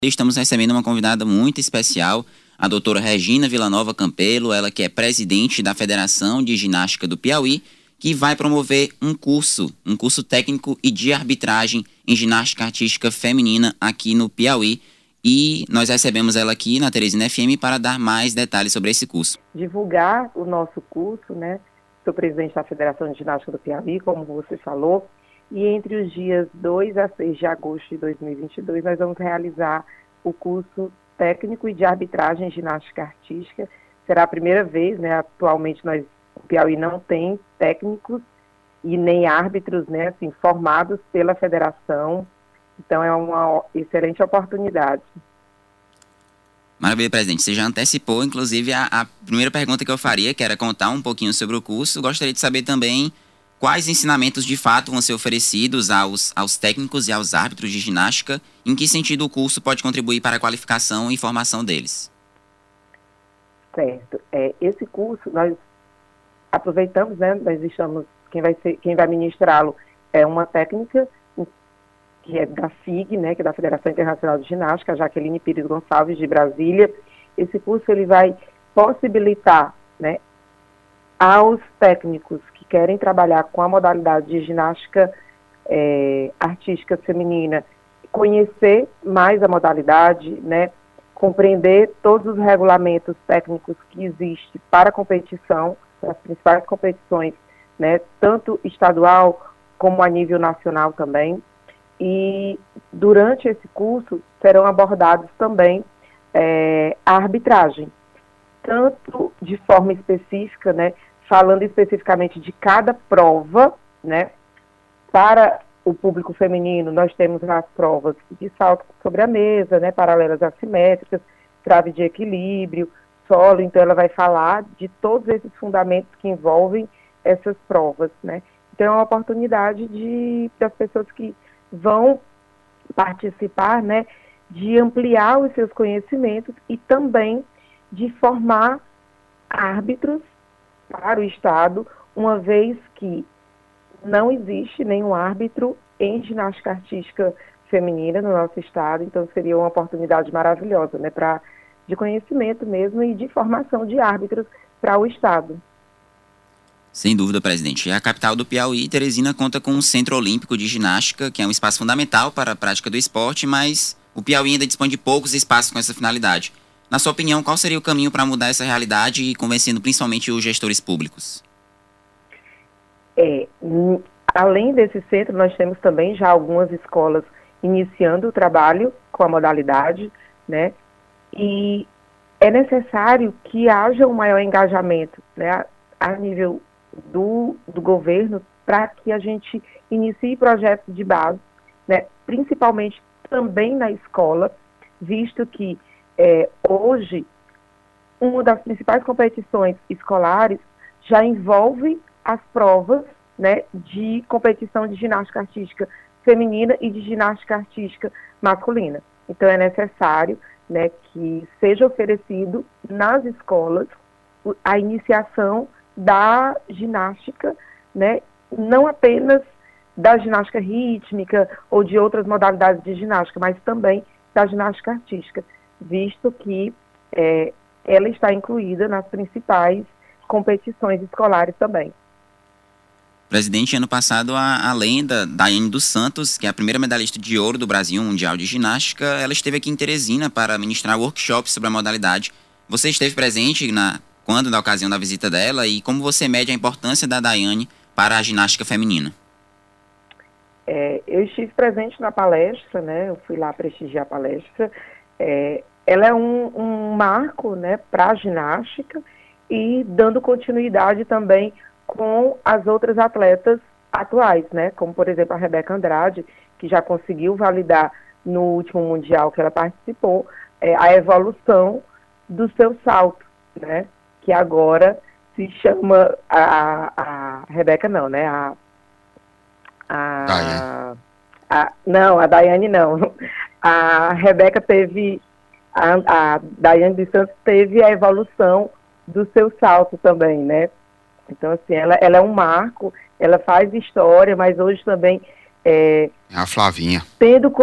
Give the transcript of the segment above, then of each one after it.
Estamos recebendo uma convidada muito especial, a doutora Regina Villanova Campelo, ela que é presidente da Federação de Ginástica do Piauí, que vai promover um curso técnico e de arbitragem em ginástica artística feminina aqui no Piauí. E nós recebemos ela aqui na Teresina FM para dar mais detalhes sobre esse curso. Divulgar o nosso curso, né? Sou presidente da Federação de Ginástica do Piauí, como você falou, e entre os dias 2 a 6 de agosto de 2022, nós vamos realizar o curso técnico e de arbitragem em ginástica artística. Será a primeira vez, né? Atualmente o Piauí não tem técnicos e nem árbitros, né, assim, formados pela federação. Então é uma excelente oportunidade. Maravilha, presidente. Você já antecipou, inclusive, a primeira pergunta que eu faria, que era contar um pouquinho sobre o curso. Gostaria de saber também quais ensinamentos de fato vão ser oferecidos aos técnicos e aos árbitros de ginástica, em que sentido o curso pode contribuir para a qualificação e formação deles. Certo. Esse curso, nós aproveitamos, né, quem vai ministrá-lo é uma técnica que é da FIG, né, que é da Federação Internacional de Ginástica, a Jaqueline Pires Gonçalves, de Brasília. Esse curso ele vai possibilitar, né, aos técnicos que querem trabalhar com a modalidade de ginástica artística feminina, conhecer mais a modalidade, né, compreender todos os regulamentos técnicos que existem para a competição, as principais competições, né, tanto estadual como a nível nacional também. E durante esse curso serão abordados também a arbitragem, tanto de forma específica, né, falando especificamente de cada prova, né. Para o público feminino, nós temos as provas de salto sobre a mesa, né, paralelas assimétricas, trave de equilíbrio, solo. Então ela vai falar de todos esses fundamentos que envolvem essas provas, né. Então é uma oportunidade das pessoas que vão participar, né, de ampliar os seus conhecimentos e também de formar árbitros para o Estado, uma vez que não existe nenhum árbitro em ginástica artística feminina no nosso Estado. Então seria uma oportunidade maravilhosa, né, de conhecimento mesmo e de formação de árbitros para o Estado. Sem dúvida, presidente. A capital do Piauí, Teresina, conta com um centro olímpico de ginástica, que é um espaço fundamental para a prática do esporte, mas o Piauí ainda dispõe de poucos espaços com essa finalidade. Na sua opinião, qual seria o caminho para mudar essa realidade e convencendo principalmente os gestores públicos? Além desse centro, nós temos também já algumas escolas iniciando o trabalho com a modalidade, né? E é necessário que haja um maior engajamento, né, a nível do governo, para que a gente inicie projetos de base, né, principalmente também na escola, visto que hoje uma das principais competições escolares já envolve as provas, né, de competição de ginástica artística feminina e de ginástica artística masculina. Então é necessário, né, que seja oferecido nas escolas a iniciação da ginástica, né, não apenas da ginástica rítmica ou de outras modalidades de ginástica, mas também da ginástica artística, visto que ela está incluída nas principais competições escolares também. Presidente, ano passado, a lenda Daiane dos Santos, que é a primeira medalhista de ouro do Brasil Mundial de Ginástica, ela esteve aqui em Teresina para ministrar workshops sobre a modalidade. Você esteve presente na ocasião da visita dela, e como você mede a importância da Daiane para a ginástica feminina? Eu estive presente na palestra, né? Eu fui lá prestigiar a palestra. Ela é um marco, né, para a ginástica e dando continuidade também com as outras atletas atuais, né? Como, por exemplo, a Rebeca Andrade, que já conseguiu validar no último Mundial que ela participou, a evolução do seu salto, né? Que agora se chama a Rebeca não, né? Não, a Daiane não. A Rebeca teve, a Daiane dos Santos teve a evolução do seu salto também, né? Então, assim, ela é um marco, ela faz história, mas hoje também É a Flavinha. Tendo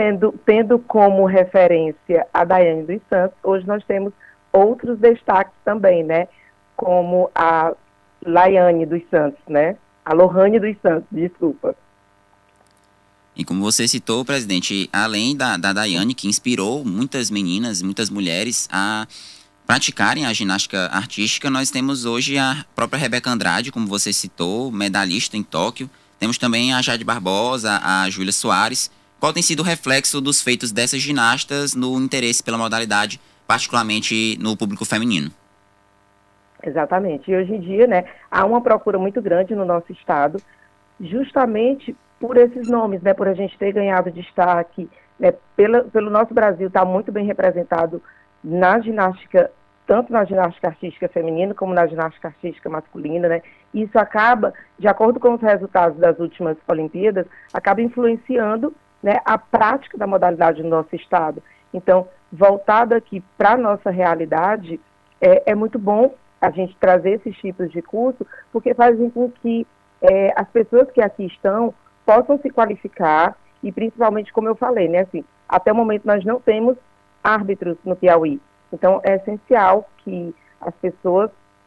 como referência a Daiane dos Santos, hoje nós temos outros destaques também, né? Como a Laiane dos Santos, né? A Lohane dos Santos, desculpa. E como você citou, presidente, além da Daiane, que inspirou muitas meninas, muitas mulheres a praticarem a ginástica artística, nós temos hoje a própria Rebeca Andrade, como você citou, medalhista em Tóquio. Temos também a Jade Barbosa, a Júlia Soares. Qual tem sido o reflexo dos feitos dessas ginastas no interesse pela modalidade, particularmente no público feminino? Exatamente. E hoje em dia, né, há uma procura muito grande no nosso estado, justamente por esses nomes, né, por a gente ter ganhado destaque, né, pelo nosso Brasil estar muito bem representado na ginástica, tanto na ginástica artística feminina como na ginástica artística masculina, né? Isso acaba, de acordo com os resultados das últimas Olimpíadas, acaba influenciando, né, a prática da modalidade no nosso estado. Então, voltado aqui para a nossa realidade, é muito bom a gente trazer esses tipos de curso, porque fazem com que as pessoas que aqui estão possam se qualificar e principalmente, como eu falei, né, assim, até o momento nós não temos árbitros no Piauí. Então, é essencial que as pessoas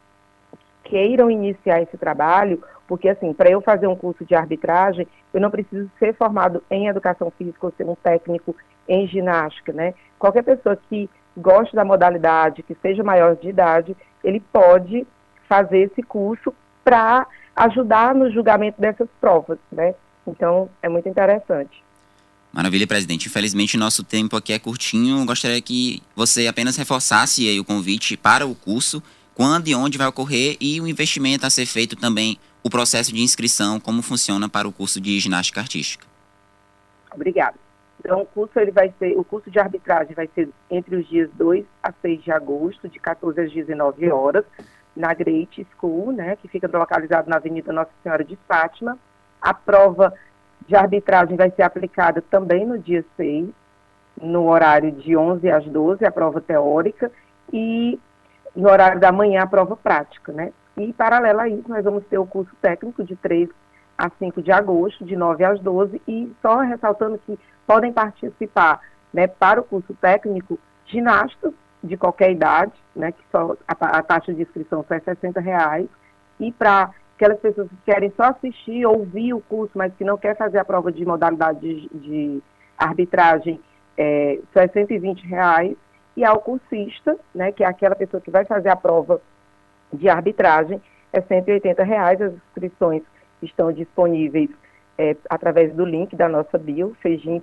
queiram iniciar esse trabalho, porque, assim, para eu fazer um curso de arbitragem, eu não preciso ser formado em educação física ou ser um técnico em ginástica, né? Qualquer pessoa que goste da modalidade, que seja maior de idade, ele pode fazer esse curso para ajudar no julgamento dessas provas, né? Então, é muito interessante. Maravilha, presidente. Infelizmente, nosso tempo aqui é curtinho. Gostaria que você apenas reforçasse aí o convite para o curso, quando e onde vai ocorrer e o investimento a ser feito também, o processo de inscrição, como funciona para o curso de ginástica artística. Obrigada. Então, o curso de arbitragem vai ser entre os dias 2 a 6 de agosto, de 14 às 19 horas, na Great School, né, que fica localizado na Avenida Nossa Senhora de Fátima. A prova de arbitragem vai ser aplicada também no dia 6, no horário de 11 às 12, a prova teórica, e no horário da manhã a prova prática, né? E, paralelo a isso, nós vamos ter o curso técnico de 3 a 5 de agosto, de 9 às 12, e só ressaltando que podem participar, né, para o curso técnico, ginastas de qualquer idade, né, que só a taxa de inscrição só é R$60, e para aquelas pessoas que querem só assistir, ouvir o curso, mas que não quer fazer a prova de modalidade de arbitragem, só é R$120, e ao cursista, né, que é aquela pessoa que vai fazer a prova de arbitragem, é R$180. As inscrições estão disponíveis através do link da nossa bio,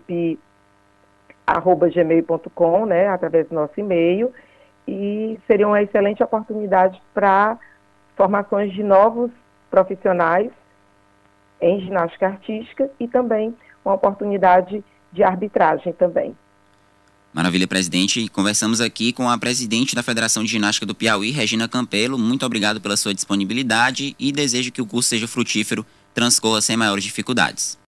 fejimp@gmail.com, né, através do nosso e-mail, e seria uma excelente oportunidade para formações de novos profissionais em ginástica artística e também uma oportunidade de arbitragem também. Maravilha, presidente. Conversamos aqui com a presidente da Federação de Ginástica do Piauí, Regina Campelo. Muito obrigado pela sua disponibilidade e desejo que o curso seja frutífero, transcorra sem maiores dificuldades.